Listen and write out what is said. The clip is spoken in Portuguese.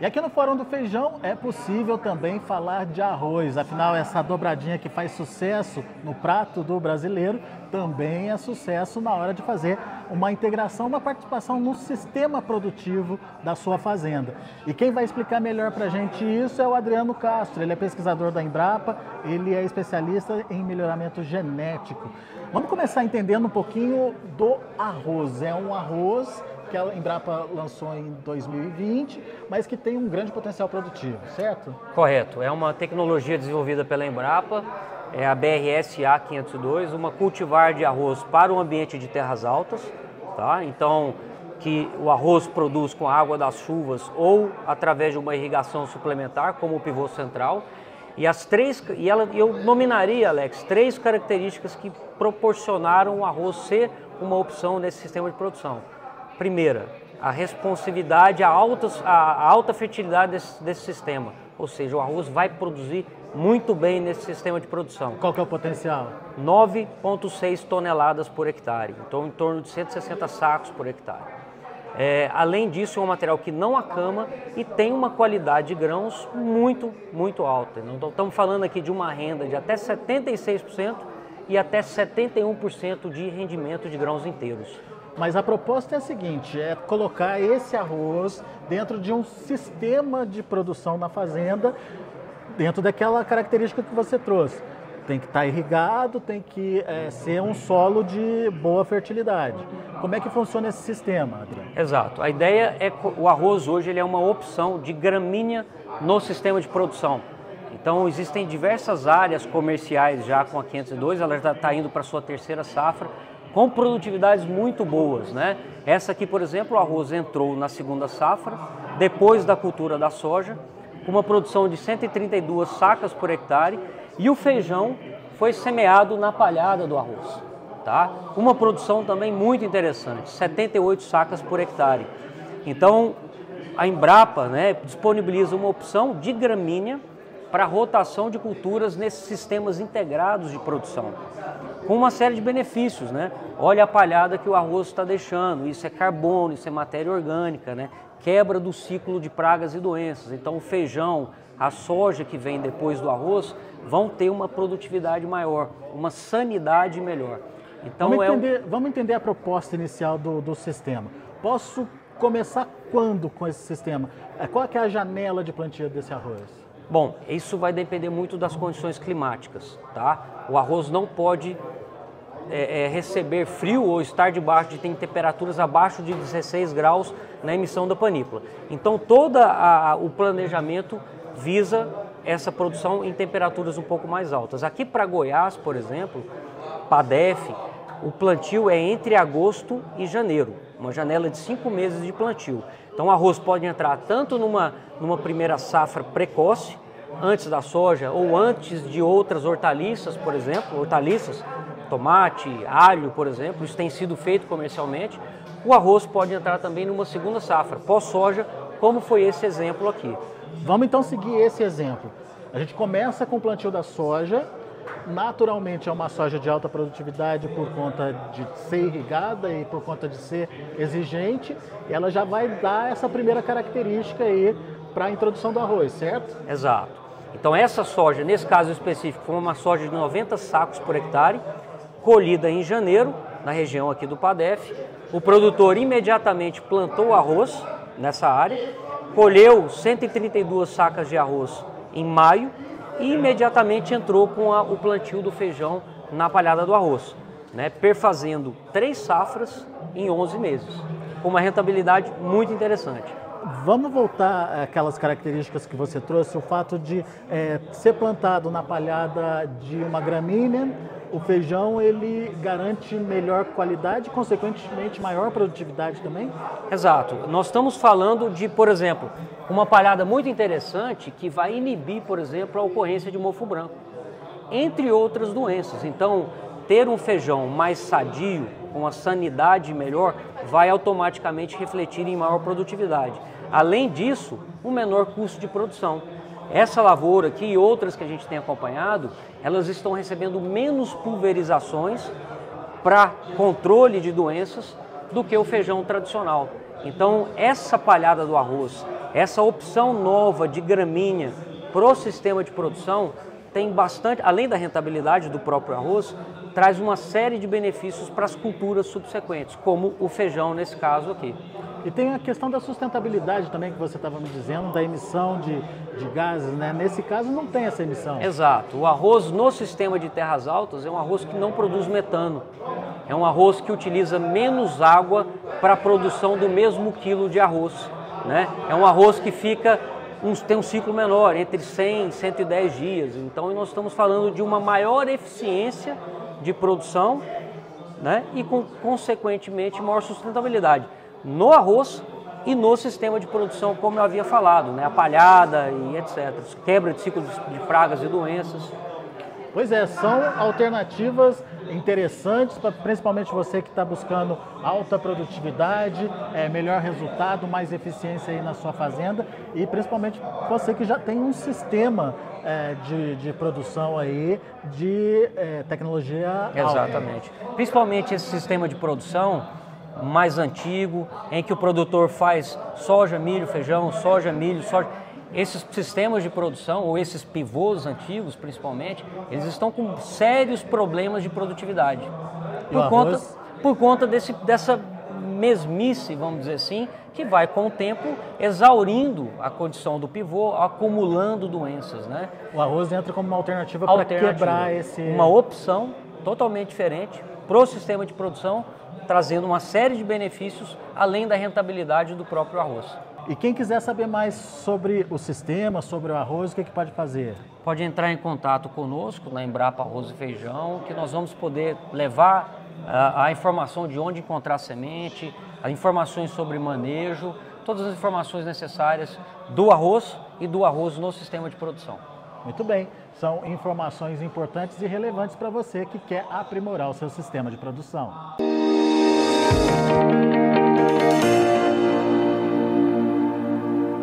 aqui no Fórum do Feijão é possível também falar de arroz, afinal essa dobradinha que faz sucesso no prato do brasileiro também é sucesso na hora de fazer uma integração, uma participação no sistema produtivo da sua fazenda. E quem vai explicar melhor para a gente isso é o Adriano Castro, ele é pesquisador da Embrapa, ele é especialista em melhoramento genético. Vamos começar entendendo um pouquinho do arroz. É um arroz que a Embrapa lançou em 2020, mas que tem um grande potencial produtivo, certo? Correto. É uma tecnologia desenvolvida pela Embrapa, é a BRSA 502, uma cultivar de arroz para o ambiente de terras altas, tá? Então, que o arroz produz com a água das chuvas ou através de uma irrigação suplementar, como o pivô central. E eu nominaria, Alex, 3 características que proporcionaram o arroz ser uma opção nesse sistema de produção. Primeira, a responsividade, a alta fertilidade desse sistema, ou seja, o arroz vai produzir muito bem nesse sistema de produção. Qual que é o potencial? 9,6 toneladas por hectare, então em torno de 160 sacos por hectare. Além disso, é um material que não acama e tem uma qualidade de grãos muito, muito alta. Então, estamos falando aqui de uma renda de até 76% e até 71% de rendimento de grãos inteiros. Mas a proposta é a seguinte, é colocar esse arroz dentro de um sistema de produção na fazenda, dentro daquela característica que você trouxe. Tem que estar irrigado, tem que ser um solo de boa fertilidade. Como é que funciona esse sistema, Adriano? Exato. A ideia é que o arroz hoje ele é uma opção de gramínea no sistema de produção. Então existem diversas áreas comerciais já com a 502, ela já está indo para a sua terceira safra, com produtividades muito boas, né? Essa aqui, por exemplo, o arroz entrou na segunda safra, depois da cultura da soja, com uma produção de 132 sacas por hectare, e o feijão foi semeado na palhada do arroz, tá? Uma produção também muito interessante, 78 sacas por hectare. Então, a Embrapa, né, disponibiliza uma opção de gramínea para rotação de culturas nesses sistemas integrados de produção, com uma série de benefícios, né? Olha a palhada que o arroz está deixando, isso é carbono, isso é matéria orgânica, né? Quebra do ciclo de pragas e doenças. Então o feijão, a soja que vem depois do arroz vão ter uma produtividade maior, uma sanidade melhor. Então vamos entender a proposta inicial do sistema. Posso começar quando com esse sistema? Qual que é a janela de plantio desse arroz? Bom, isso vai depender muito das condições climáticas, tá? O arroz não pode receber frio ou estar debaixo de temperaturas abaixo de 16 graus na emissão da panícula. Então todo o planejamento visa essa produção em temperaturas um pouco mais altas. Aqui para Goiás, por exemplo, PADEF, o plantio é entre agosto e janeiro, uma janela de 5 meses de plantio. Então o arroz pode entrar tanto numa primeira safra precoce, antes da soja ou antes de outras hortaliças, por exemplo, tomate, alho, por exemplo, isso tem sido feito comercialmente. O arroz pode entrar também numa segunda safra, pós-soja, como foi esse exemplo aqui. Vamos então seguir esse exemplo. A gente começa com o plantio da soja, naturalmente é uma soja de alta produtividade por conta de ser irrigada e por conta de ser exigente, ela já vai dar essa primeira característica aí para a introdução do arroz, certo? Exato. Então essa soja, nesse caso específico, foi uma soja de 90 sacos por hectare, colhida em janeiro, na região aqui do PADEF. O produtor imediatamente plantou o arroz nessa área, colheu 132 sacas de arroz em maio e imediatamente entrou com o plantio do feijão na palhada do arroz, né, perfazendo 3 safras em 11 meses, com uma rentabilidade muito interessante. Vamos voltar àquelas características que você trouxe, o fato de ser plantado na palhada de uma gramínea, o feijão ele garante melhor qualidade e, consequentemente, maior produtividade também? Exato. Nós estamos falando de, por exemplo, uma palhada muito interessante que vai inibir, por exemplo, a ocorrência de mofo branco, entre outras doenças. Então, ter um feijão mais sadio, com a sanidade melhor, vai automaticamente refletir em maior produtividade. Além disso, um menor custo de produção. Essa lavoura aqui e outras que a gente tem acompanhado, elas estão recebendo menos pulverizações para controle de doenças do que o feijão tradicional. Então, essa palhada do arroz Essa opção nova de gramínea para o sistema de produção tem bastante, além da rentabilidade do próprio arroz, traz uma série de benefícios para as culturas subsequentes, como o feijão nesse caso aqui. E tem a questão da sustentabilidade também que você estava me dizendo, da emissão de gases, né? Nesse caso não tem essa emissão. Exato. O arroz no sistema de terras altas é um arroz que não produz metano. É um arroz que utiliza menos água para a produção do mesmo quilo de arroz, né? É um arroz que tem um ciclo menor, entre 100 e 110 dias. Então nós estamos falando de uma maior eficiência de produção, né? E consequentemente maior sustentabilidade no arroz e no sistema de produção, como eu havia falado, né? A palhada e etc. Quebra de ciclo de pragas e doenças. Pois é, são alternativas interessantes, principalmente você que está buscando alta produtividade, melhor resultado, mais eficiência aí na sua fazenda e principalmente você que já tem um sistema de produção aí de tecnologia alta. Exatamente. Principalmente esse sistema de produção mais antigo, em que o produtor faz soja, milho, feijão, soja, milho, soja. Esses sistemas de produção, ou esses pivôs antigos principalmente, eles estão com sérios problemas de produtividade. Por conta dessa mesmice, vamos dizer assim, que vai com o tempo exaurindo a condição do pivô, acumulando doenças, né? O arroz entra como uma alternativa para quebrar esse... Uma opção totalmente diferente para o sistema de produção, trazendo uma série de benefícios, além da rentabilidade do próprio arroz. E quem quiser saber mais sobre o sistema, sobre o arroz, o que pode fazer? Pode entrar em contato conosco na Embrapa Arroz e Feijão, que nós vamos poder levar a informação de onde encontrar semente, as informações sobre manejo, todas as informações necessárias do arroz e do arroz no sistema de produção. Muito bem, são informações importantes e relevantes para você que quer aprimorar o seu sistema de produção.